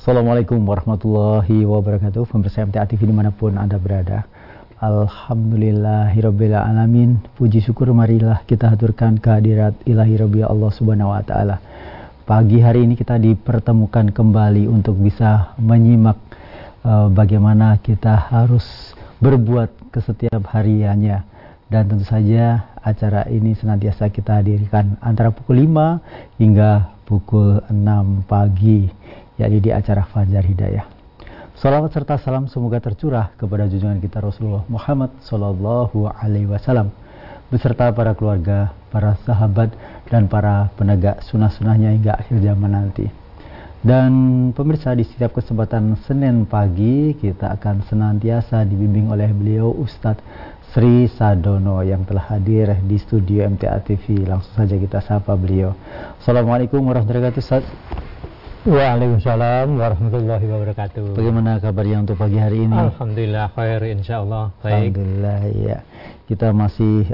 Assalamualaikum warahmatullahi wabarakatuh. Pemirsa MTA TV dimanapun Anda berada, Alhamdulillahirabbil alamin. Puji syukur marilah kita haturkan kehadirat Ilahi Rabbi Allah Subhanahu wa taala. Pagi hari ini kita dipertemukan kembali untuk bisa menyimak bagaimana kita harus berbuat ke setiap hariannya. Dan tentu saja acara ini senantiasa kita hadirkan antara pukul 5 hingga pukul 6 pagi, yakni di acara Fajar Hidayah. Salawat serta salam semoga tercurah kepada junjungan kita Rasulullah Muhammad Sallallahu Alaihi Wasallam beserta para keluarga, para sahabat, dan para penegak sunnah-sunnahnya hingga akhir zaman nanti. Dan pemirsa, di setiap kesempatan Senin pagi kita akan senantiasa dibimbing oleh beliau Ustadz Sri Sadono yang telah hadir di studio MTA TV. Langsung saja kita sapa beliau. Assalamualaikum warahmatullahi wabarakatuh, Ustadz. Waalaikumsalam warahmatullahi wabarakatuh. Bagaimana kabarnya untuk pagi hari ini? Alhamdulillah khair, insyaallah baik. Alhamdulillah, ya. Kita masih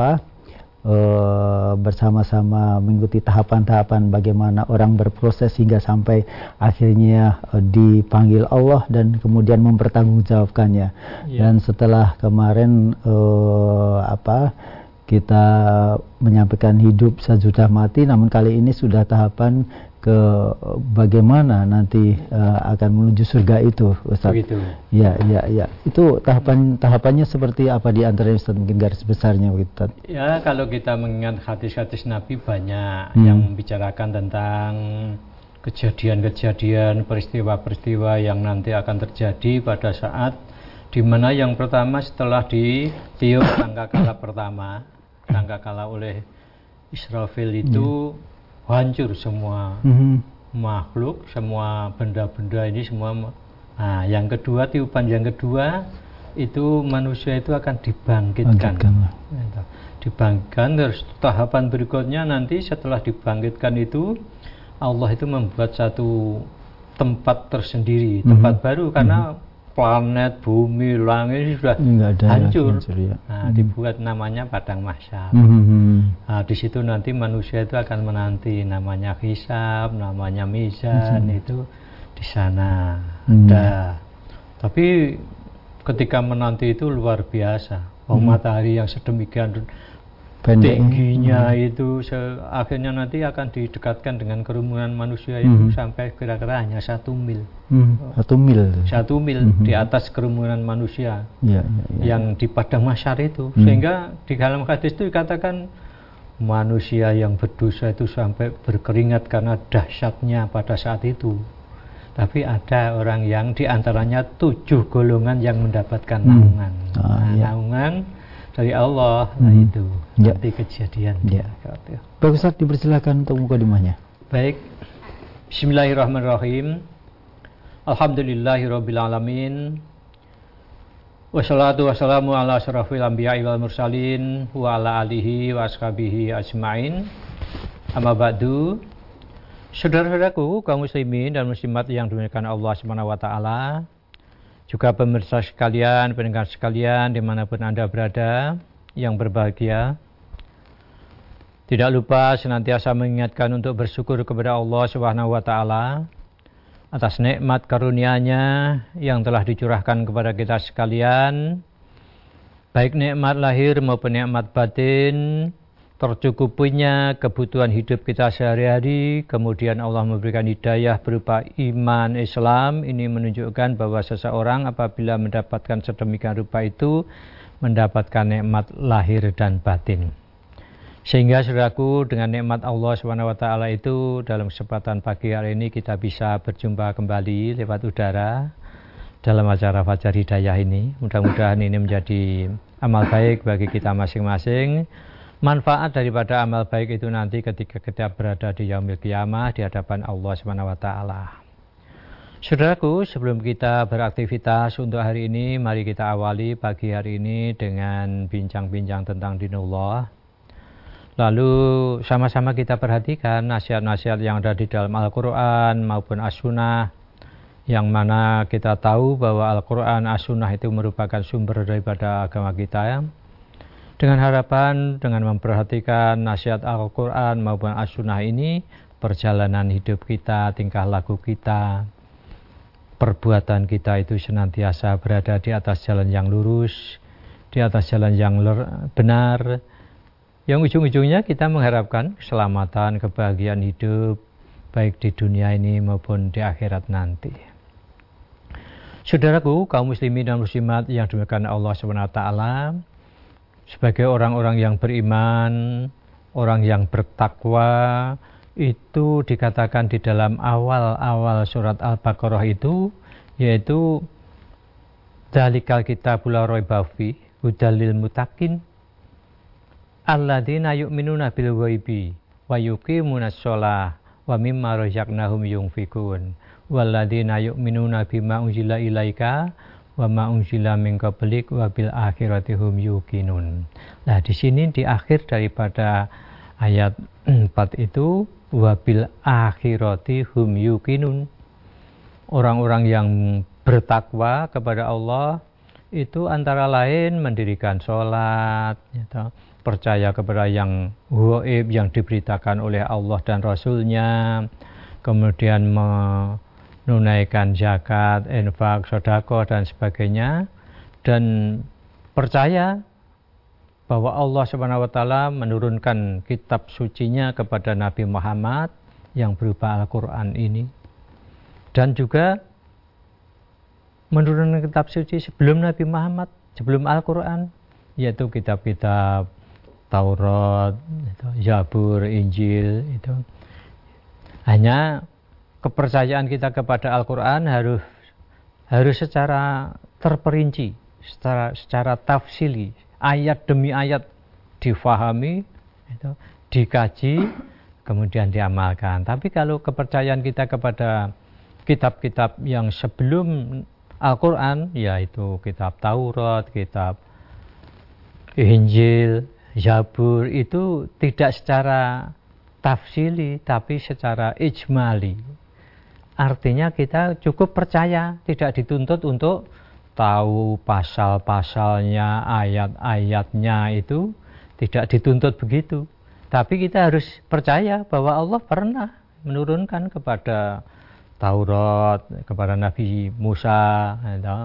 bersama-sama mengikuti tahapan-tahapan bagaimana orang berproses hingga sampai akhirnya dipanggil Allah dan kemudian mempertanggungjawabkannya. Ya. Dan setelah kemarin kita menyampaikan hidup sesudah mati, namun kali ini sudah tahapan ke bagaimana nanti akan menuju surga itu, Ustaz. Begitu. Ya. Itu tahapannya seperti apa di antaranya, Ustaz? Mungkin garis besarnya begitu, Ustaz. Ya, kalau kita mengingat hadis-hadis Nabi banyak yang membicarakan tentang kejadian-kejadian, peristiwa-peristiwa yang nanti akan terjadi pada saat di mana yang pertama setelah ditiup sangkakala pertama, sangkakala oleh Israfil itu hancur semua makhluk, semua benda-benda ini semua. Nah, yang kedua, tiupan yang kedua itu manusia itu akan dibangkitkan. Dibangkitkan. Terus tahapan berikutnya nanti setelah dibangkitkan itu Allah itu membuat satu tempat tersendiri, tempat baru karena planet, bumi, langit sudah hancur. Ya. Nah, dibuat namanya padang mahsyar. Nah, di situ nanti manusia itu akan menanti namanya hisab, namanya mizan, itu di sana ada. Tapi ketika menanti itu luar biasa. Matahari yang sedemikian tingginya itu akhirnya nanti akan didekatkan dengan kerumunan manusia itu sampai kira-kira hanya 1 mil. 1 mil. 1 mil di atas kerumunan manusia yang di padang mahsyar itu. Sehingga di dalam hadis itu dikatakan manusia yang berdosa itu sampai berkeringat karena dahsyatnya pada saat itu. Tapi ada orang yang diantaranya 7 golongan yang mendapatkan naungan. Naungan dari Allah, itu nanti kejadian. Bagus, Ustaz, dipersilakan untuk mukadimahnya. Baik, Bismillahirrahmanirrahim. Alhamdulillahirabbil alamin. Wassalatu wassalamu ala asyrafil anbiya'i wal mursalin wa ala alihi wa ashabihi ajmain. Amma ba'du. Saudara-saudaraku kaum muslimin dan muslimat yang dimuliakan Allah Subhanahu wa taala, juga pemirsa sekalian, pendengar sekalian dimanapun Anda berada yang berbahagia, tidak lupa senantiasa mengingatkan untuk bersyukur kepada Allah Subhanahu wa taala atas nikmat karunia-Nya yang telah dicurahkan kepada kita sekalian, baik nikmat lahir maupun nikmat batin, tercukupinya kebutuhan hidup kita sehari-hari. Kemudian Allah memberikan hidayah berupa iman Islam. Ini menunjukkan bahwa seseorang apabila mendapatkan sedemikian rupa itu mendapatkan nikmat lahir dan batin. Sehingga saudaraku, dengan nikmat Allah SWT itu dalam kesempatan pagi hari ini kita bisa berjumpa kembali lewat udara dalam acara Fajar Hidayah ini. Mudah-mudahan ini menjadi amal baik bagi kita masing-masing. Manfaat daripada amal baik itu nanti ketika kita berada di yaumil qiyamah di hadapan Allah SWT. Saudaraku, sebelum kita beraktivitas untuk hari ini, mari kita awali pagi hari ini dengan bincang-bincang tentang dinullah. Lalu sama-sama kita perhatikan nasihat-nasihat yang ada di dalam Al-Quran maupun As-Sunnah, yang mana kita tahu bahwa Al-Quran, As-Sunnah itu merupakan sumber daripada agama kita. Dengan harapan dengan memperhatikan nasihat Al-Quran maupun As-Sunnah ini, perjalanan hidup kita, tingkah laku kita, perbuatan kita itu senantiasa berada di atas jalan yang lurus, di atas jalan yang benar, yang ujung-ujungnya kita mengharapkan keselamatan, kebahagiaan hidup, baik di dunia ini maupun di akhirat nanti. Saudaraku, kaum muslimin dan muslimat yang dimuliakan Allah SWT, sebagai orang-orang yang beriman, orang yang bertakwa, itu dikatakan di dalam awal-awal surat Al-Baqarah itu, yaitu Dzalikal kitabul la raiba fihi hudal lil muttaqin alladzina yu'minuna bil ghaibi wa yuqimunas shalah wa mimma razaqnahum yunfikun walladzina yu'minuna bima unzila ilaika wa ma unzila min qablik wa bil akhirati hum yuqinun. Nah, di sini di akhir daripada ayat 4 itu wa bil akhirati hum yuqinun. Orang-orang yang bertakwa kepada Allah itu antara lain mendirikan sholat, percaya kepada yang ghaib, yang diberitakan oleh Allah dan Rasulnya, kemudian menunaikan zakat, infak, sedekah dan sebagainya, dan percaya bahwa Allah SWT menurunkan kitab sucinya kepada Nabi Muhammad yang berupa Al-Quran ini, dan juga menurunkan kitab suci sebelum Nabi Muhammad, sebelum Al-Quran, yaitu kitab-kitab Taurat, Zabur, Injil. Itu hanya kepercayaan kita kepada Al-Quran harus secara terperinci, secara tafsili, ayat demi ayat difahami, dikaji, kemudian diamalkan. Tapi kalau kepercayaan kita kepada kitab-kitab yang sebelum Al-Quran, yaitu kitab Taurat, kitab Injil, Zabur, itu tidak secara tafsili tapi secara ijmali. Artinya kita cukup percaya, tidak dituntut untuk tahu pasal-pasalnya, ayat-ayatnya, itu tidak dituntut begitu. Tapi kita harus percaya bahwa Allah pernah menurunkan kepada Taurat kepada Nabi Musa,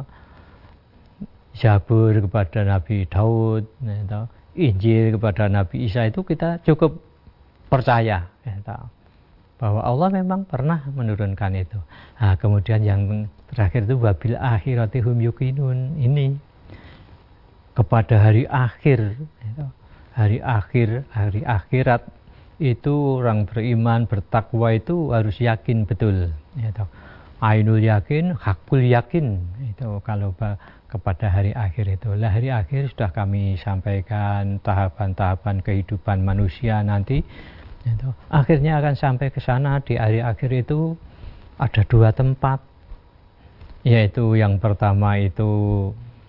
Zabur kepada Nabi Daud, Injil kepada Nabi Isa. Itu kita cukup percaya bahwa Allah memang pernah menurunkan itu. Nah, kemudian yang terakhir itu wabil akhirati hum yuqinun, ini kepada hari akhir, hari akhirat itu orang beriman, bertakwa itu harus yakin betul. Ainul yakin, hakul yakin, itu kalau kepada hari akhir itu. Lah, hari akhir sudah kami sampaikan tahapan-tahapan kehidupan manusia nanti. Akhirnya akan sampai ke sana. Di hari akhir itu ada 2 tempat, yaitu yang pertama itu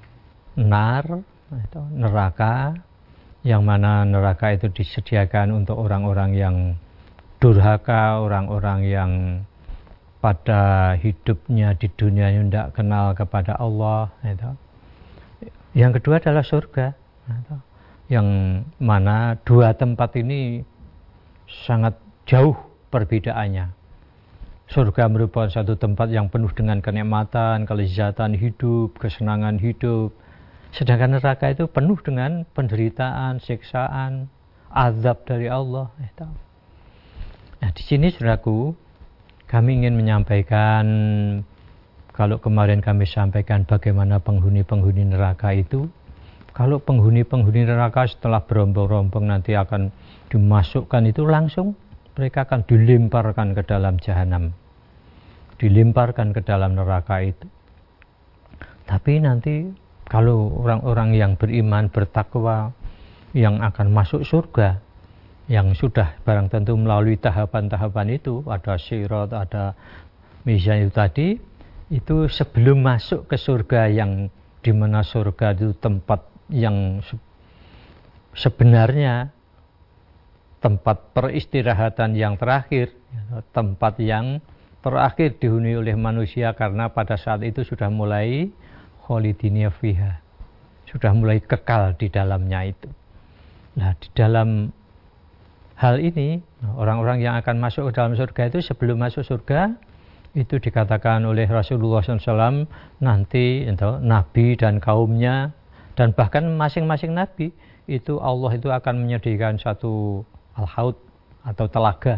neraka, yang mana neraka itu disediakan untuk orang-orang yang durhaka, orang-orang yang pada hidupnya di dunia ini tidak kenal kepada Allah. Yang kedua adalah surga, yang mana 2 tempat ini sangat jauh perbedaannya. Surga merupakan satu tempat yang penuh dengan kenikmatan, kelezatan hidup, kesenangan hidup. Sedangkan neraka itu penuh dengan penderitaan, siksaan, azab dari Allah. Nah, di sini saudaraku, kami ingin menyampaikan, kalau kemarin kami sampaikan bagaimana penghuni-penghuni neraka itu, kalau penghuni-penghuni neraka setelah berombong-rombong nanti akan dimasukkan itu langsung, mereka akan dilemparkan ke dalam jahanam, dilemparkan ke dalam neraka itu. Tapi nanti kalau orang-orang yang beriman, bertakwa, yang akan masuk surga, yang sudah barang tentu melalui tahapan-tahapan itu, ada sirat, ada mizan itu tadi, itu sebelum masuk ke surga, yang dimana surga itu tempat yang sebenarnya tempat peristirahatan yang terakhir, tempat yang terakhir dihuni oleh manusia, karena pada saat itu sudah mulai kholidina fiha, sudah mulai kekal di dalamnya itu. Nah, di dalam hal ini, orang-orang yang akan masuk ke dalam surga itu sebelum masuk surga, itu dikatakan oleh Rasulullah SAW nanti Nabi dan kaumnya, dan bahkan masing-masing Nabi itu Allah itu akan menyediakan satu al-haud atau telaga.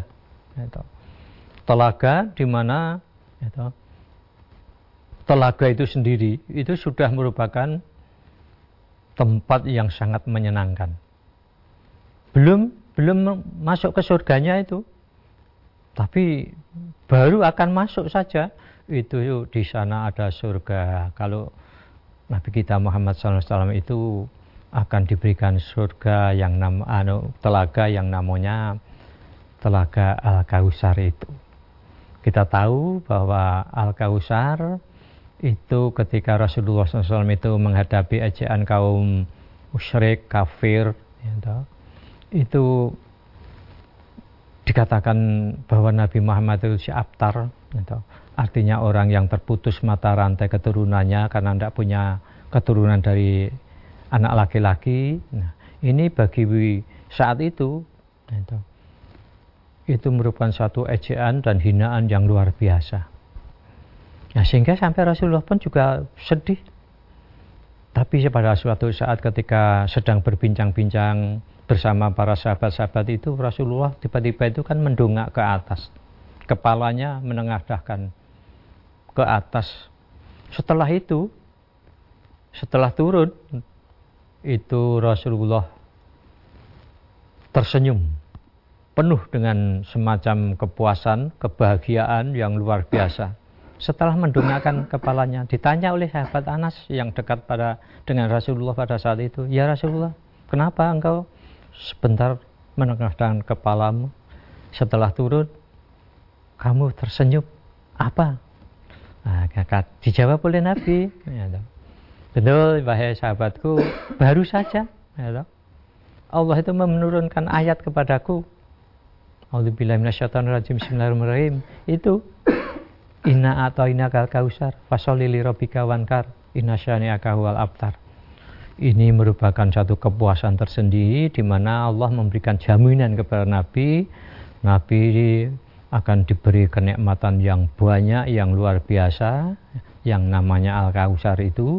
Telaga di mana telaga itu sendiri itu sudah merupakan tempat yang sangat menyenangkan. Belum masuk ke surganya itu, tapi baru akan masuk saja itu di sana ada surga. Kalau Nabi kita Muhammad SAW itu akan diberikan surga yang telaga yang namanya Telaga Al-Kautsar itu. Kita tahu bahwa Al-Kautsar itu ketika Rasulullah SAW itu menghadapi ejaan kaum musyrik, kafir, itu dikatakan bahwa Nabi Muhammad itu si abtar, artinya orang yang terputus mata rantai keturunannya karena tidak punya keturunan dari anak laki-laki. Nah, ini bagi saat itu merupakan satu ejaan dan hinaan yang luar biasa. Nah, sehingga sampai Rasulullah pun juga sedih. Tapi pada suatu saat ketika sedang berbincang-bincang bersama para sahabat-sahabat itu, Rasulullah tiba-tiba itu kan mendongak ke atas. Kepalanya menengadahkan ke atas. Setelah itu, setelah turun, itu Rasulullah tersenyum. Penuh dengan semacam kepuasan, kebahagiaan yang luar biasa. Setelah mendongakkan kepalanya, ditanya oleh sahabat Anas yang dekat dengan Rasulullah pada saat itu, "Ya Rasulullah, kenapa engkau sebentar menengadahkan kepalamu, setelah turun kamu tersenyum, apa?" Nah, dijawab oleh Nabi, "Betul wahai sahabatku, baru saja Allah itu menurunkan ayat kepadaku. A'udzubillahi minasyaitonirrajim, bismillahirrahmanirrahim. Itu Inna a'tainakal kautsar fasholli lirabbika wanhar inna syani'aka huwal abtar. Ini merupakan satu kepuasan tersendiri di mana Allah memberikan jaminan kepada Nabi. Nabi akan diberi kenikmatan yang banyak, yang luar biasa, yang namanya Al-Kautsar itu.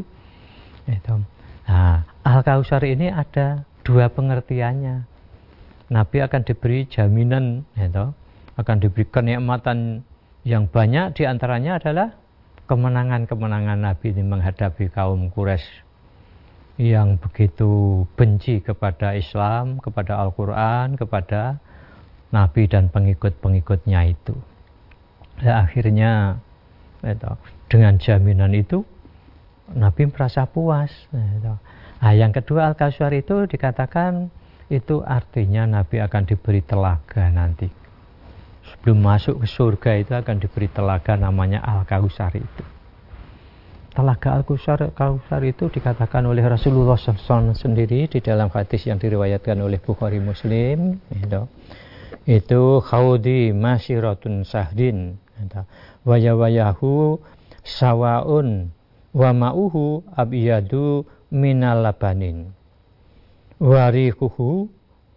Nah, Al-Kautsar ini ada dua pengertiannya. Nabi akan diberi jaminan, akan diberi kenikmatan yang banyak, diantaranya adalah kemenangan-kemenangan Nabi ini menghadapi kaum Quraisy yang begitu benci kepada Islam, kepada Al-Quran, kepada Nabi dan pengikut-pengikutnya itu. Dan akhirnya dengan jaminan itu Nabi merasa puas. Nah, yang kedua Al-Kautsar itu dikatakan itu artinya Nabi akan diberi telaga nanti. Sebelum masuk ke surga itu akan diberi telaga namanya Al-Kautsar itu. Telaga Al-Kautsar itu dikatakan oleh Rasulullah SAW sendiri di dalam hadis yang diriwayatkan oleh Bukhari Muslim. Itu khawdi masyiratun sahdin wayawayahu sawaun wa ma'uhu abiyadu minal labanin warikuhu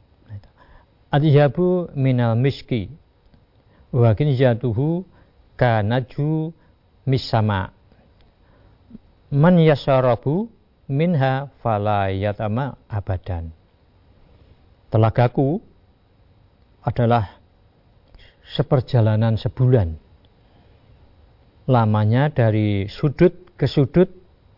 adyabu minal miski wa kinjatuhu kanaju misama man yasarabu minha fala yatama abadan. Telagaku adalah seperjalanan sebulan, lamanya dari sudut ke sudut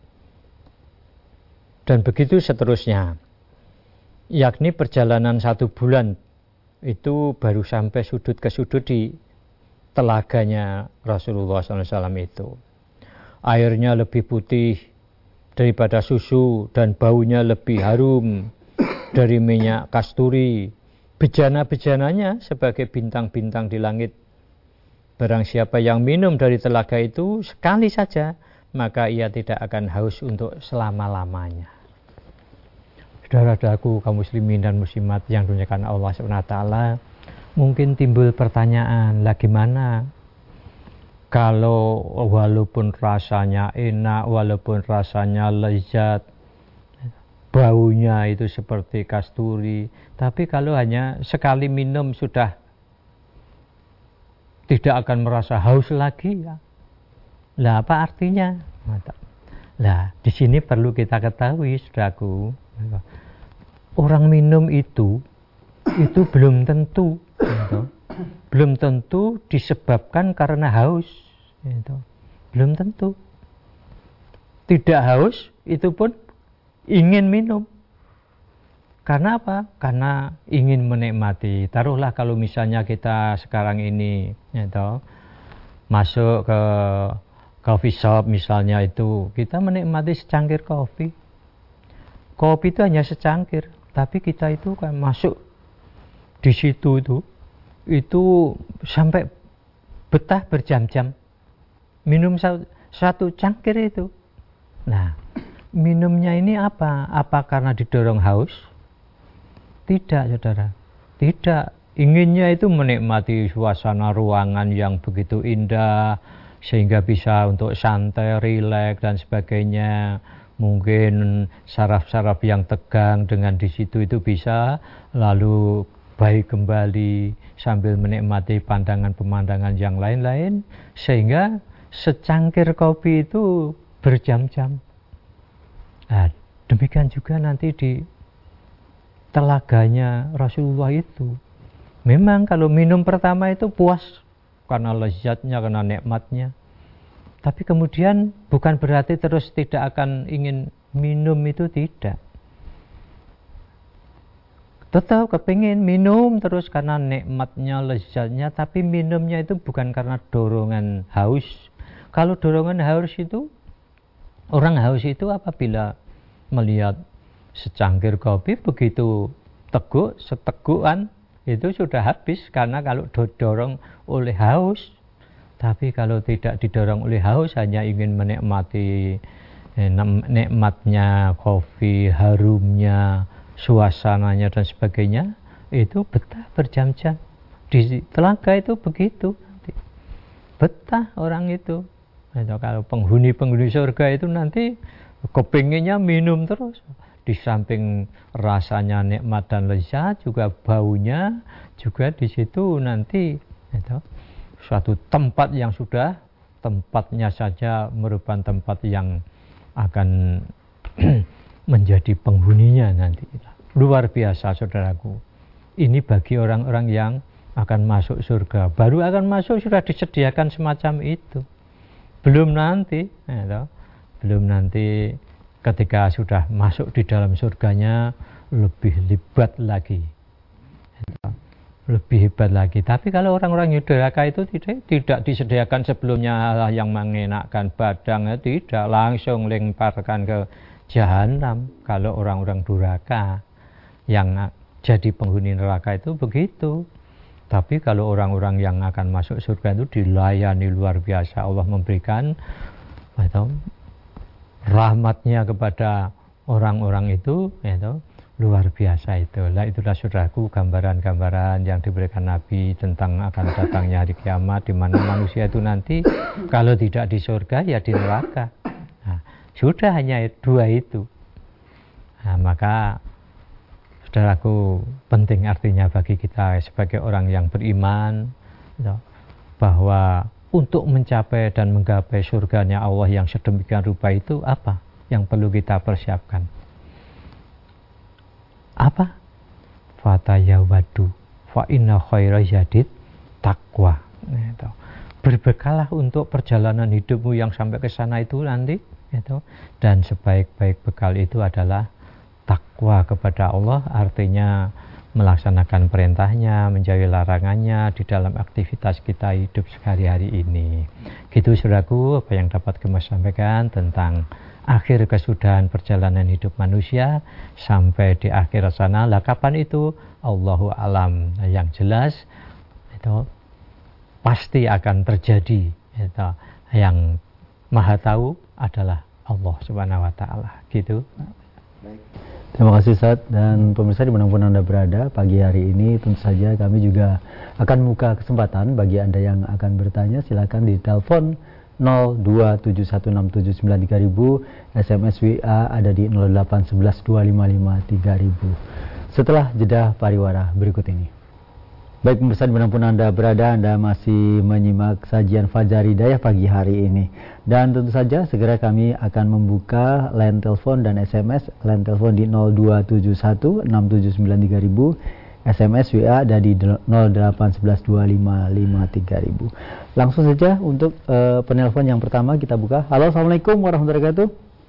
dan begitu seterusnya, yakni perjalanan 1 bulan itu baru sampai sudut ke sudut di telaganya Rasulullah SAW itu. Airnya lebih putih daripada susu dan baunya lebih harum dari minyak kasturi. Bejana-bejananya sebagai bintang-bintang di langit. Barang siapa yang minum dari telaga itu sekali saja, maka ia tidak akan haus untuk selama-lamanya. Saudara-saudaraku kaum muslimin dan muslimat yang dimuliakan Allah SWT, mungkin timbul pertanyaan, lah gimana kalau walaupun rasanya enak, walaupun rasanya lezat, baunya itu seperti kasturi, tapi kalau hanya sekali minum sudah tidak akan merasa haus lagi ya. Lah apa artinya? Lah di sini perlu kita ketahui, saudaraku, orang minum itu belum tentu gitu. Belum tentu disebabkan karena haus gitu. Belum tentu. Tidak haus itu pun ingin minum. Karena apa? Karena ingin menikmati. Taruhlah kalau misalnya kita sekarang ini gitu, masuk ke coffee shop misalnya, itu kita menikmati secangkir kopi. Kopi itu hanya secangkir, tapi kita itu kan masuk di situ itu sampai betah berjam-jam minum satu cangkir itu. Nah, minumnya ini apa? Apa karena didorong haus? Tidak, saudara. Tidak. Inginnya itu menikmati suasana ruangan yang begitu indah, sehingga bisa untuk santai, rileks dan sebagainya. Mungkin saraf-saraf yang tegang dengan di situ itu bisa lalu baik kembali sambil menikmati pandangan-pemandangan yang lain-lain, sehingga secangkir kopi itu berjam-jam. Nah, demikian juga nanti di telaganya Rasulullah itu. Memang kalau minum pertama itu puas karena lezatnya, karena nikmatnya. Tapi kemudian bukan berarti terus tidak akan ingin minum, itu tidak. Tetap kepingin minum terus karena nikmatnya, lezatnya, tapi minumnya itu bukan karena dorongan haus. Kalau dorongan haus itu, orang haus itu apabila melihat secangkir kopi begitu teguk, setegukan itu sudah habis, karena kalau didorong oleh haus. Tapi kalau tidak didorong oleh haus, hanya ingin menikmati nikmatnya kopi, harumnya, suasananya dan sebagainya, itu betah berjam-jam. Di telaga itu begitu, betah orang itu. Kalau penghuni surga itu nanti kepinginnya minum terus. Di samping rasanya nikmat dan lezat, juga baunya juga di situ nanti itu suatu tempat yang sudah tempatnya saja merupakan tempat yang akan menjadi penghuninya nanti. Luar biasa, saudaraku. Ini bagi orang-orang yang akan masuk surga. Baru akan masuk sudah disediakan semacam itu. Belum nanti ketika sudah masuk di dalam surganya lebih hebat lagi. Lebih hebat lagi. Tapi kalau orang-orang neraka itu tidak disediakan sebelumnya yang mengenakkan badang, tidak, langsung lemparkan ke jahanam. Kalau orang-orang durhaka yang jadi penghuni neraka itu begitu. Tapi kalau orang-orang yang akan masuk surga itu dilayani luar biasa. Allah memberikan rahmatnya kepada orang-orang itu, luar biasa itu. Lah itulah, saudaraku, gambaran-gambaran yang diberikan Nabi tentang akan datangnya hari kiamat, di mana manusia itu nanti kalau tidak di surga ya di neraka. Nah, sudah hanya dua itu. Nah, maka saudaraku, penting artinya bagi kita sebagai orang yang beriman, bahwa untuk mencapai dan menggapai surganya Allah yang sedemikian rupa itu apa yang perlu kita persiapkan? Apa? Fatayawadu fa inna khaira zadid taqwa. Berbekallah untuk perjalanan hidupmu yang sampai ke sana itu nanti, dan sebaik-baik bekal itu adalah takwa kepada Allah, artinya melaksanakan perintahnya, menjauhi larangannya di dalam aktivitas kita hidup sehari-hari ini. Gitu, saudaraku, apa yang dapat kami sampaikan tentang akhir kesudahan perjalanan hidup manusia sampai di akhir sana. Lah kapan itu? Allahu alam. Nah, yang jelas itu pasti akan terjadi. Yang maha tahu adalah Allah Subhanahu wa taala. Gitu. Baik. Terima kasih, Ustaz. Dan pemirsa dimanapun Anda berada, pagi hari ini tentu saja kami juga akan membuka kesempatan bagi Anda yang akan bertanya. Silakan di telepon 02716793000, SMS WA ada di 08112553.000. Setelah jeda pariwara berikut ini. Baik pemirsa dimanapun Anda berada, Anda masih menyimak sajian Fajar Hidayah pagi hari ini. Dan tentu saja segera kami akan membuka line telepon dan SMS. Line telepon di 0271 6793000, SMS WA ada di 08112553000. Langsung saja untuk penelpon yang pertama kita buka. Halo, Assalamualaikum warahmatullahi wabarakatuh.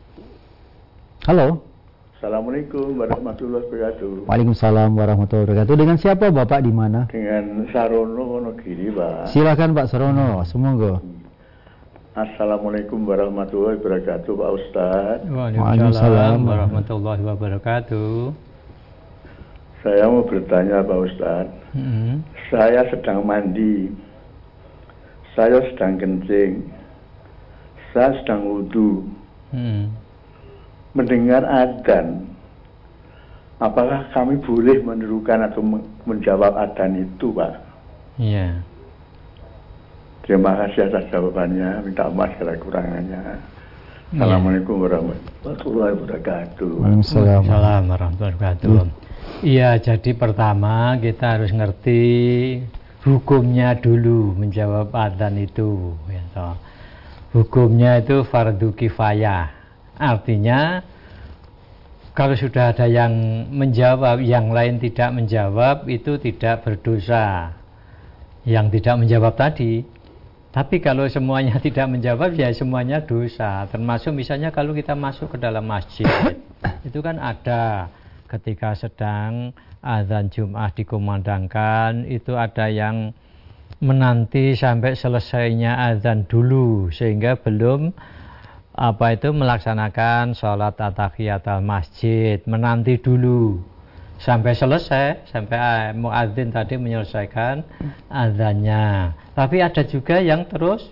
Halo. Assalamualaikum warahmatullahi wabarakatuh. Waalaikumsalam warahmatullahi wabarakatuh. Dengan siapa Bapak di mana? Dengan Sarono Wonogiri, Pak. Silakan Pak Sarono, semoga. Assalamualaikum warahmatullahi wabarakatuh, Pak Ustadz. Waalaikumsalam warahmatullahi wabarakatuh. Saya mau bertanya, Pak Ustadz. Saya sedang mandi, saya sedang kencing, saya sedang wudhu. Mendengar adzan, apakah kami boleh menirukan atau menjawab adzan itu, Pak? Iya. Terima kasih atas jawabannya. Minta maaf segala kurangannya. Assalamualaikum warahmatullahi wabarakatuh. Waalaikumsalam warahmatullahi wabarakatuh. Iya, jadi pertama kita harus ngerti hukumnya dulu menjawab adzan itu. Hukumnya itu fardu kifayah. Artinya kalau sudah ada yang menjawab, yang lain tidak menjawab, itu tidak berdosa yang tidak menjawab tadi. Tapi kalau semuanya tidak menjawab, ya semuanya dosa. Termasuk misalnya kalau kita masuk ke dalam masjid, itu kan ada ketika sedang azan Jumat dikumandangkan, itu ada yang menanti sampai selesainya azan dulu, sehingga belum melaksanakan sholat at-tahiyatul masjid, menanti dulu sampai selesai, sampai muadzin tadi menyelesaikan azannya. Tapi ada juga yang terus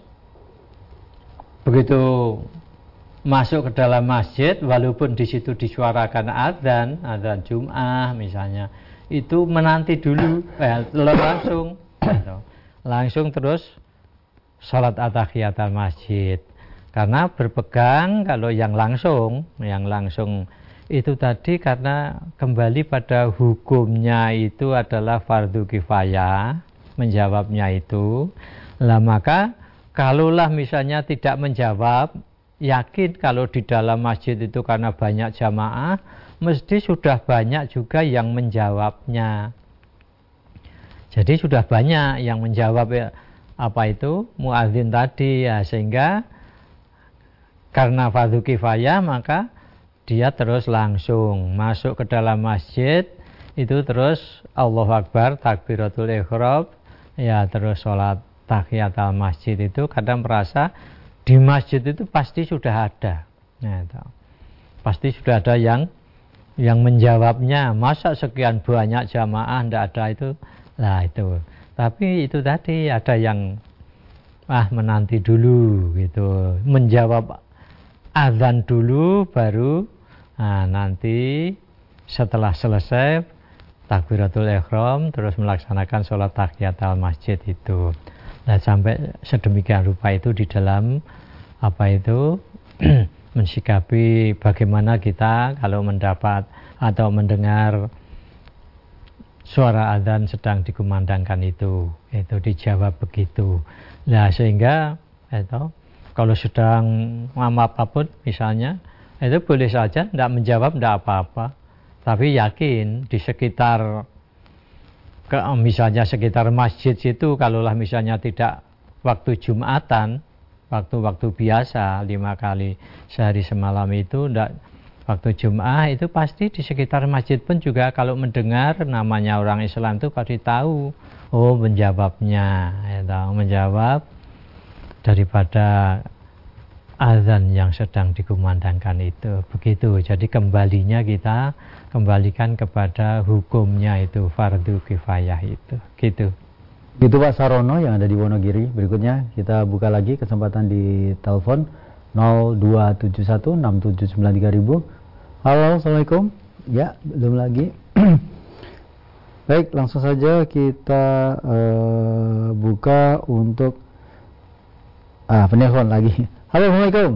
begitu masuk ke dalam masjid, walaupun di situ disuarakan azan Jum'ah misalnya, itu menanti dulu, langsung terus sholat at-tahiyatul masjid. Karena berpegang kalau yang langsung itu tadi, karena kembali pada hukumnya itu adalah fardu kifayah menjawabnya itu. Lah maka kalaulah misalnya tidak menjawab, yakin kalau di dalam masjid itu karena banyak jamaah, mesti sudah banyak juga yang menjawabnya. Jadi sudah banyak yang menjawab muadzin tadi ya, sehingga karena fardu kifayah maka dia terus langsung masuk ke dalam masjid, itu terus Allahu Akbar, takbiratul ihram, ya terus sholat tahiyatul masjid. Itu kadang merasa di masjid itu pasti sudah ada, pasti sudah ada yang menjawabnya. Masa sekian banyak jamaah tidak ada itu, itu. Tapi itu tadi ada yang menanti dulu gitu, menjawab azan dulu, baru nanti setelah selesai takbiratul ihram terus melaksanakan sholat tahiyatul masjid itu. Nah, sampai sedemikian rupa itu di dalam mensikapi bagaimana kita kalau mendapat atau mendengar suara azan sedang dikumandangkan itu dijawab begitu. Nah, sehingga kalau sedang apapun misalnya, itu boleh saja tidak menjawab, tidak apa-apa. Tapi yakin di sekitar misalnya sekitar masjid situ, kalaulah misalnya tidak waktu Jumatan, waktu biasa 5 kali sehari semalam itu, tidak waktu Jum'ah, itu pasti di sekitar masjid pun juga kalau mendengar namanya orang Islam itu pasti tahu, menjawabnya, menjawab daripada azan yang sedang dikumandangkan itu. Begitu. Jadi kembalinya kita kembalikan kepada hukumnya itu fardu kifayah itu. Gitu. Gitu Pak Sarono yang ada di Wonogiri. Berikutnya kita buka lagi kesempatan di telepon 02716793.000. Halo, Assalamualaikum. Ya, belum lagi. Baik, langsung saja kita buka untuk penelpon lagi. Halo, Assalamualaikum.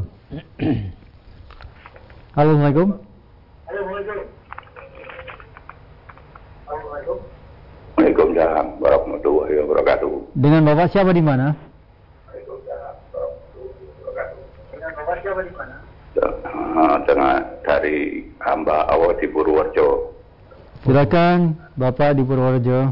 Halo, Assalamualaikum. Waalaikumsalam warahmatullahi wabarakatuh. Dengan Bapak siapa di mana? Dengan dari hamba Allah di Purworejo. Silakan Bapak di Purworejo.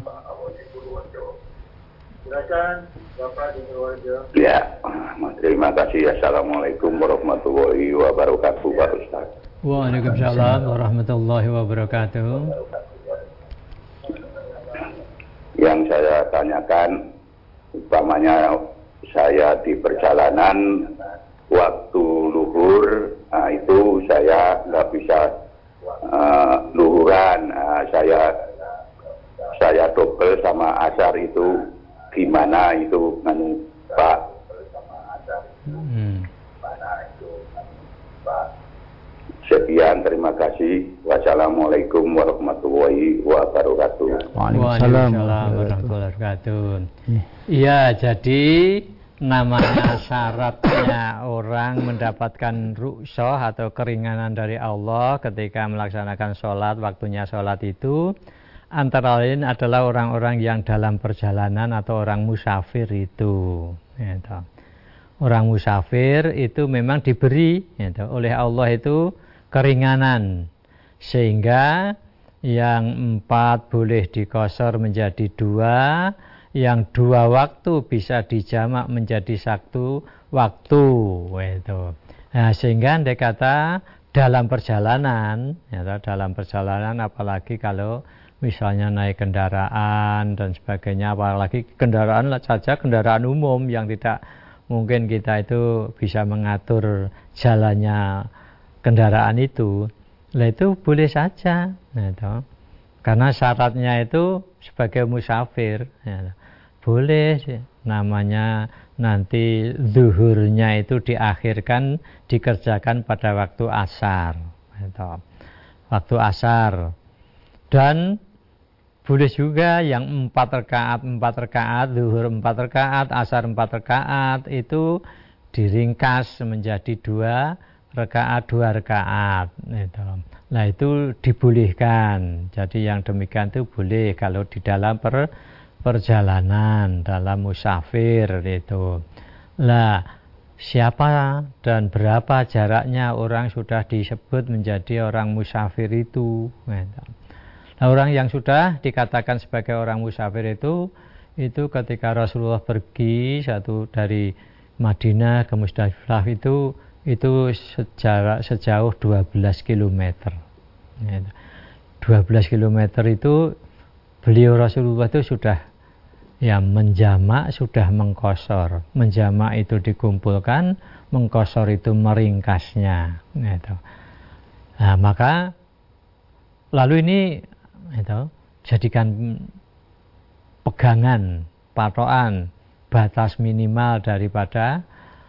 Ya, terima kasih. Assalamualaikum warahmatullahi wabarakatuh, Pak Ustaz. Waalaikumsalam warahmatullahi wabarakatuh. Yang saya tanyakan, umpamanya saya di perjalanan waktu luhur, nah itu saya nggak bisa luhuran, saya double sama asar itu gimana itu, Pak? Sekian, terima kasih. Wassalamualaikum warahmatullahi wabarakatuh. Waalaikumsalam warahmatullahi wabarakatuh. Iya, jadi namanya syaratnya orang mendapatkan rukhsah atau keringanan dari Allah ketika melaksanakan sholat, waktunya sholat itu antara lain adalah orang-orang yang dalam perjalanan atau orang musafir itu. Gitu. Orang musafir itu memang diberi gitu, oleh Allah itu keringanan, sehingga yang 4 boleh dikosor menjadi 2, yang 2 waktu bisa dijamak menjadi 1 waktu gitu. Nah, sehingga andai kata dalam perjalanan ya, dalam perjalanan apalagi kalau misalnya naik kendaraan dan sebagainya, apalagi kendaraan saja kendaraan umum yang tidak mungkin kita itu bisa mengatur jalannya kendaraan itu, lah itu boleh saja, gitu. Karena syaratnya itu sebagai musafir, ya. Boleh, namanya nanti zuhurnya itu diakhirkan, dikerjakan pada waktu asar, gitu. Waktu asar, dan boleh juga yang 4 rakaat, zuhur 4 rakaat, asar 4 rakaat itu diringkas menjadi 2 rakaat 2 rakaat gitu. Nah itu dibolehkan. Jadi yang demikian itu boleh kalau di dalam perjalanan, dalam musafir itu. Nah siapa dan berapa jaraknya orang sudah disebut menjadi orang musafir itu gitu. Nah orang yang sudah dikatakan sebagai orang musafir itu ketika Rasulullah pergi dari Madinah ke Muzdalifah itu sejauh 12 km. 12 km itu beliau Rasulullah itu sudah menjamak, sudah mengkosor. Menjamak itu dikumpulkan, mengkosor itu meringkasnya. Gitu. Nah, maka lalu ini jadikan pegangan, patokan, batas minimal daripada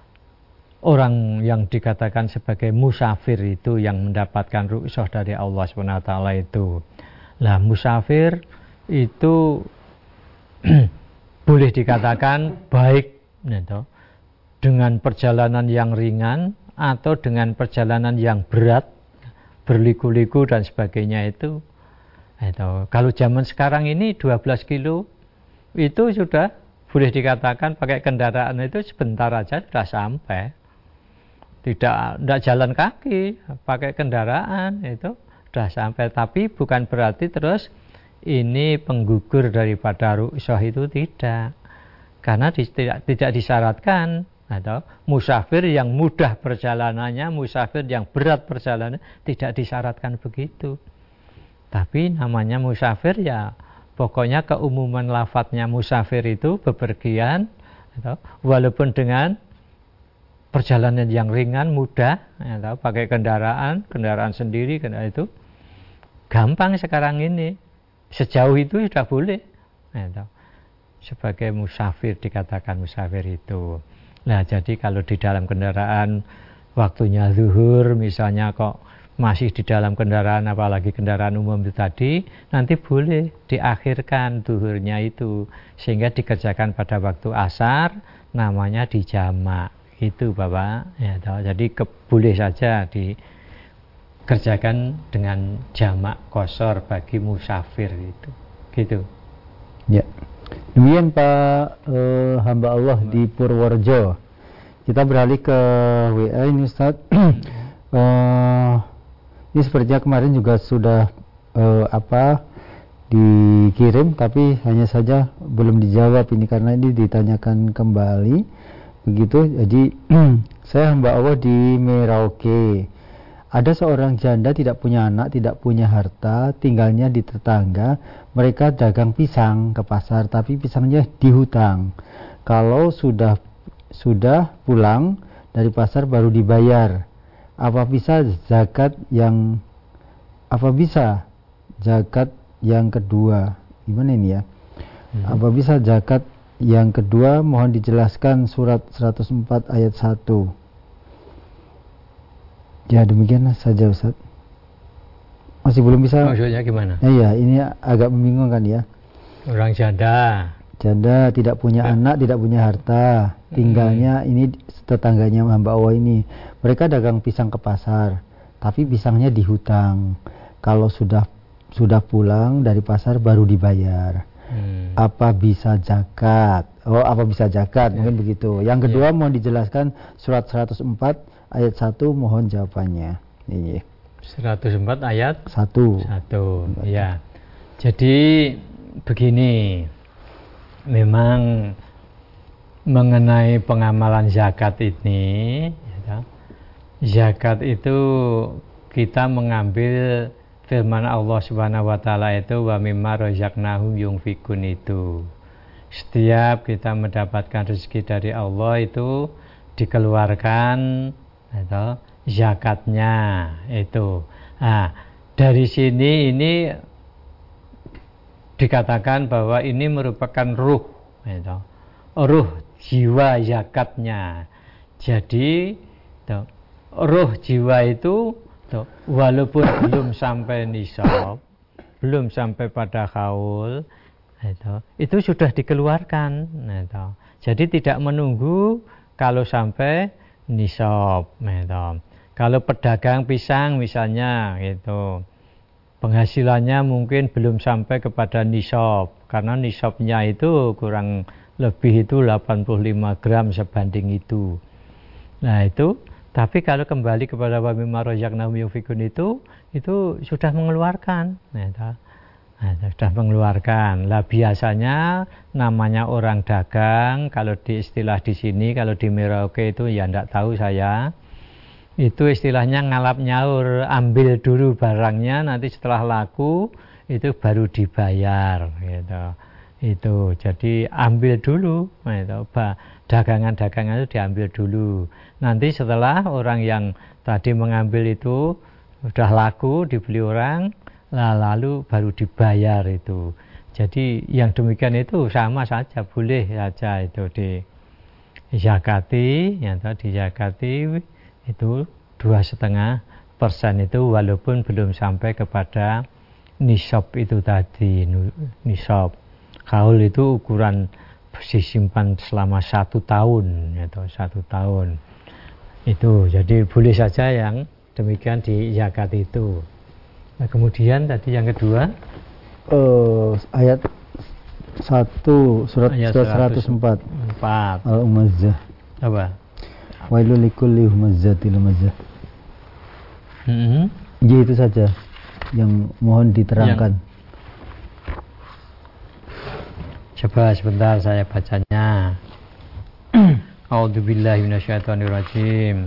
orang yang dikatakan sebagai musafir itu yang mendapatkan rukhsah dari Allah SWT itu. Lah musafir itu boleh dikatakan baik gitu, dengan perjalanan yang ringan atau dengan perjalanan yang berat, berliku-liku dan sebagainya itu. Kalau zaman sekarang ini 12 kilo itu sudah boleh dikatakan pakai kendaraan itu sebentar aja sudah sampai. Tidak jalan kaki, pakai kendaraan itu sudah sampai. Tapi bukan berarti terus ini penggugur daripada rukhsah itu, tidak. Karena tidak disyaratkan. Atau musafir yang mudah perjalanannya, musafir yang berat perjalanannya tidak disyaratkan begitu. Tapi namanya musafir ya pokoknya keumuman lafadznya musafir itu bepergian, atau walaupun dengan perjalanan yang ringan, mudah, atau pakai kendaraan sendiri, kendaraan itu gampang sekarang ini. Sejauh itu sudah boleh. Atau sebagai musafir dikatakan musafir itu. Nah, jadi kalau di dalam kendaraan waktunya zuhur misalnya kok masih di dalam kendaraan, apalagi kendaraan umum itu tadi, nanti boleh diakhirkan zuhurnya itu sehingga dikerjakan pada waktu asar, namanya dijamak. Itu Bapak ya, jadi boleh saja dikerjakan dengan jamak kosor bagi musafir itu gitu. Ya. Demikian Pak hamba Allah di Purworejo. Kita beralih ke WA ini Ustaz. Ini sepertinya kemarin juga sudah dikirim, tapi hanya saja belum dijawab ini karena ini ditanyakan kembali begitu. Jadi saya hamba Allah di Merauke. Ada seorang janda tidak punya anak, tidak punya harta, tinggalnya di tetangga. Mereka dagang pisang ke pasar, tapi pisangnya dihutang. Kalau sudah pulang dari pasar baru dibayar. Apa bisa zakat yang kedua? Gimana ini ya? Apa bisa zakat yang kedua? Mohon dijelaskan surat 104 ayat 1. Ya demikian saja Ustaz. Masih belum bisa. Maksudnya gimana? Ya, ini agak membingungkan ya. Orang janda tidak punya anak, tidak punya harta, tinggalnya ini tetangganya hamba Allah ini. Mereka dagang pisang ke pasar, tapi pisangnya dihutang. Kalau sudah pulang dari pasar baru dibayar. Apa bisa zakat? Apa bisa zakat? Mungkin begitu. Yang kedua mohon dijelaskan surat 104 ayat 1, mohon jawabannya. Iya. 104 ayat 1. Ya. Jadi begini, memang mengenai pengamalan zakat ini, zakat itu kita mengambil firman Allah Subhanahu wa taala itu wa mimma razaqnahum yunfikun itu. Setiap kita mendapatkan rezeki dari Allah itu dikeluarkan zakatnya itu. Nah, dari sini ini dikatakan bahwa ini merupakan ruh jiwa zakatnya. Jadi ruh jiwa itu walaupun belum sampai nisab, belum sampai pada haul, itu sudah dikeluarkan. Jadi tidak menunggu kalau sampai nisab. Kalau pedagang pisang misalnya penghasilannya mungkin belum sampai kepada nisab, karena nisabnya itu kurang lebih itu 85 gram sebanding itu. Nah itu, tapi kalau kembali kepada wa mimma razaqnahum yunfikun itu sudah mengeluarkan. Sudah mengeluarkan. Lah biasanya namanya orang dagang, kalau di istilah di sini, kalau di Merauke itu ya enggak tahu saya. Itu istilahnya ngalap nyaur, ambil dulu barangnya, nanti setelah laku itu baru dibayar Itu. Jadi ambil dulu, dagangan-dagangan itu diambil dulu. Nanti setelah orang yang tadi mengambil itu sudah laku, dibeli orang, lalu baru dibayar itu. Jadi yang demikian itu sama saja, boleh saja itu dizakati, dizakati itu 2,5% itu walaupun belum sampai kepada nisab itu tadi. Nisab haul itu ukuran disimpan selama 1 tahun, 1 tahun itu. Jadi boleh saja yang demikian dizakati itu. Nah, kemudian tadi yang kedua ayat 1 surat 104 Al-Umazzah. Apa? Wailul likulli humazzatil lumazzah. Ya itu saja yang mohon diterangkan. Coba sebentar saya bacanya. A'udzubillahi minasyaitonirrajim.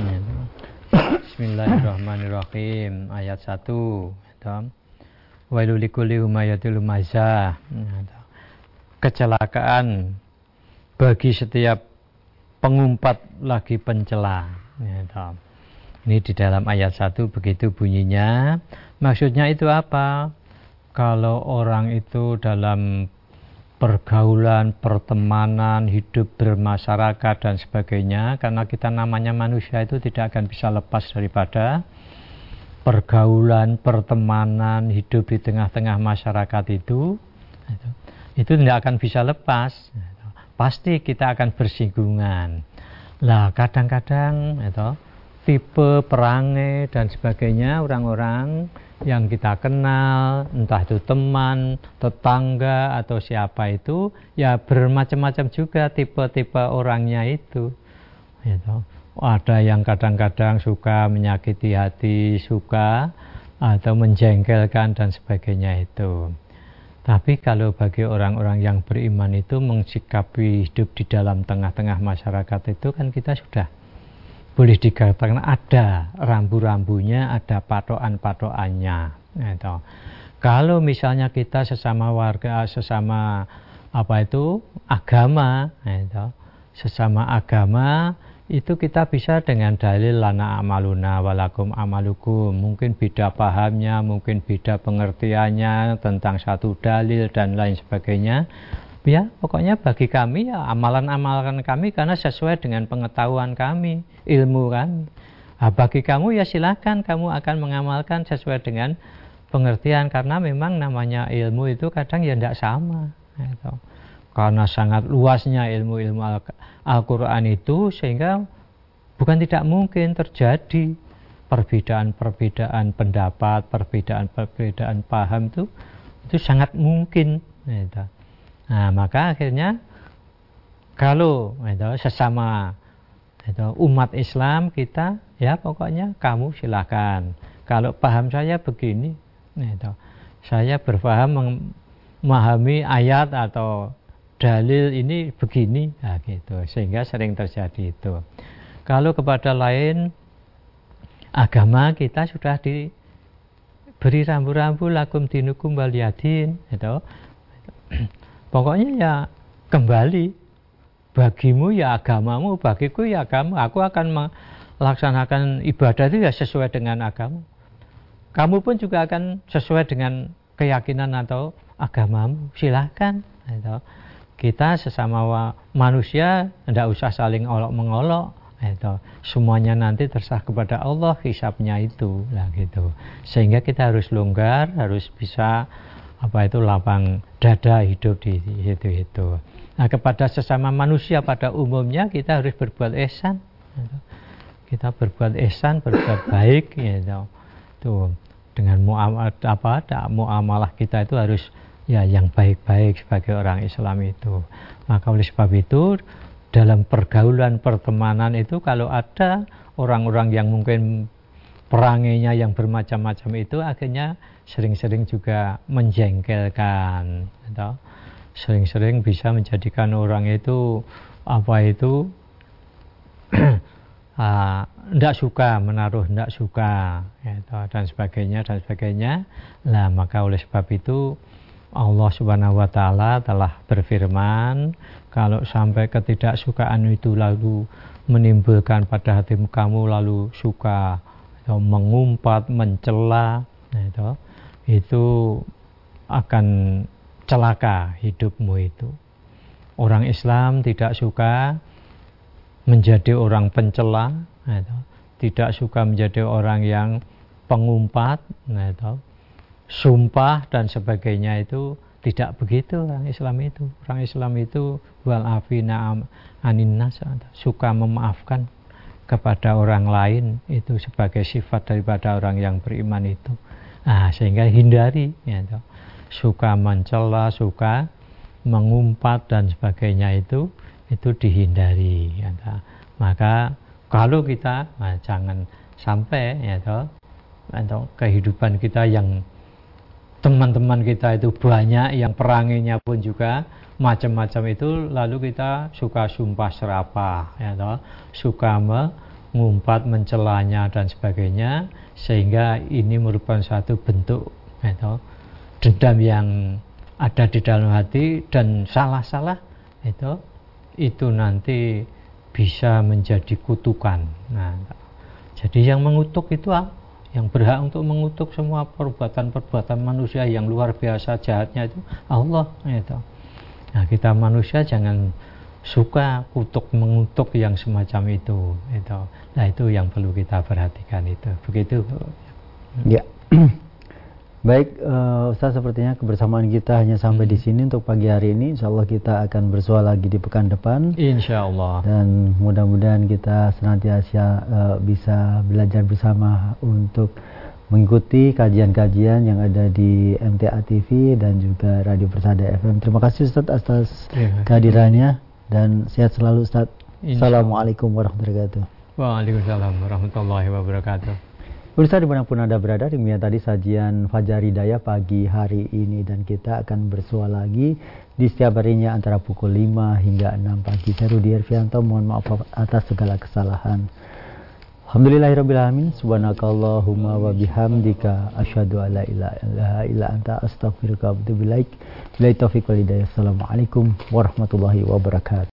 Bismillahirrahmanirrahim. Ayat 1. Wailul likulli humayatil lumazah. Kecelakaan bagi setiap pengumpat lagi pencela. Ini di dalam ayat 1 begitu bunyinya. Maksudnya itu apa? Kalau orang itu dalam pergaulan, pertemanan, hidup bermasyarakat dan sebagainya, karena kita namanya manusia itu tidak akan bisa lepas daripada pergaulan, pertemanan, hidup di tengah-tengah masyarakat itu tidak akan bisa lepas. Pasti kita akan bersinggungan. Lah kadang-kadang tipe perangai dan sebagainya orang-orang yang kita kenal, entah itu teman, tetangga atau siapa itu, ya bermacam-macam juga tipe-tipe orangnya itu. Gitu. Ada yang kadang-kadang suka menyakiti hati, suka atau menjengkelkan dan sebagainya itu. Tapi kalau bagi orang-orang yang beriman itu mensikapi hidup di dalam tengah-tengah masyarakat itu kan kita sudah boleh dikatakan ada rambu-rambunya, ada patokan-patokannya. Gitu. Kalau misalnya kita sesama warga, sesama agama, gitu, sesama agama itu kita bisa dengan dalil lana amaluna walakum amalukum. Mungkin beda pahamnya, mungkin beda pengertiannya tentang satu dalil dan lain sebagainya. Ya, pokoknya bagi kami ya amalan-amalan kami karena sesuai dengan pengetahuan kami, ilmu kami. Nah, bagi kamu ya silakan kamu akan mengamalkan sesuai dengan pengertian karena memang namanya ilmu itu kadang ya tidak sama. Gitu. Karena sangat luasnya ilmu-ilmu Al-Quran itu sehingga bukan tidak mungkin terjadi perbedaan-perbedaan pendapat, perbedaan-perbedaan paham itu sangat mungkin. Gitu. Nah, maka akhirnya kalau sesama umat Islam kita ya pokoknya kamu silakan. Kalau paham saya begini, saya berpaham memahami ayat atau dalil ini begini, nah, gitu. Sehingga sering terjadi itu. Kalau kepada lain agama kita sudah diberi rambu-rambu lakum dinukum waliyadin, gitu. Pokoknya ya kembali bagimu ya agamamu, bagiku ya agama. Aku akan melaksanakan ibadah itu ya sesuai dengan agama. Kamu pun juga akan sesuai dengan keyakinan atau agamamu. Silahkan. Gitu. Kita sesama manusia tidak usah saling olok-mengolok. Gitu. Semuanya nanti terserah kepada Allah hisabnya itu. Lah, gitu. Sehingga kita harus longgar, harus bisa lapang dada hidup di situ itu. Nah, kepada sesama manusia pada umumnya kita harus berbuat ihsan. Kita berbuat ihsan, berbuat baik, gitu. Tuh, dengan muamalah kita itu harus ya yang baik-baik sebagai orang Islam itu. Maka oleh sebab itu dalam pergaulan pertemanan itu kalau ada orang-orang yang mungkin perangainya yang bermacam-macam itu akhirnya sering-sering juga menjengkelkan, atau sering-sering bisa menjadikan orang itu tidak suka, menaruh tidak suka, dan sebagainya. Nah, maka oleh sebab itu Allah Subhanahu Wa Taala telah berfirman, kalau sampai ketidaksukaan itu lalu menimbulkan pada hatimu kamu lalu suka mengumpat, mencela, itu akan celaka hidupmu itu. Orang Islam tidak suka menjadi orang pencela, tidak suka menjadi orang yang pengumpat, sumpah dan sebagainya itu tidak begitu orang Islam itu. Orang Islam itu wal afina anin nas, suka memaafkan kepada orang lain, itu sebagai sifat daripada orang yang beriman itu. Nah, sehingga hindari suka mencela, suka mengumpat dan sebagainya itu dihindari. Maka kalau kita jangan sampai kehidupan kita yang teman-teman kita itu banyak yang perangainya pun juga macam-macam itu, lalu kita suka sumpah serapah, suka mengumpat, mencelanya dan sebagainya, sehingga ini merupakan satu bentuk dendam yang ada di dalam hati dan salah-salah itu nanti bisa menjadi kutukan. Nah, jadi yang mengutuk itu yang berhak untuk mengutuk semua perbuatan-perbuatan manusia yang luar biasa jahatnya itu Allah. Nah, kita manusia jangan suka mengutuk yang semacam itu. Nah, itu yang perlu kita perhatikan itu. Begitu. Ya. Baik, Ustaz, sepertinya kebersamaan kita hanya sampai di sini untuk pagi hari ini. Insya Allah kita akan bersua lagi di pekan depan. Insya Allah. Dan mudah-mudahan kita senantiasa bisa belajar bersama untuk mengikuti kajian-kajian yang ada di MTA TV dan juga Radio Persada FM. Terima kasih Ustaz atas kehadirannya dan sehat selalu Ustaz. Assalamualaikum warahmatullahi wabarakatuh. Waalaikumsalam warahmatullahi wabarakatuh. Pemirsa dimanapun Anda berada, demikian tadi sajian Fajar Hidayah pagi hari ini, dan kita akan bersua lagi di setiap harinya antara pukul 5 hingga 6 pagi. Saya Rudi Herfianto, mohon maaf atas segala kesalahan. Alhamdulillahirrabbilalamin. Subhanakallahumma wa bihamdika asyhadu an la ilaha illa anta astaghfiruka wa atubu ilaik. Billahi taufiq wal hidayah. Assalamualaikum warahmatullahi wabarakatuh.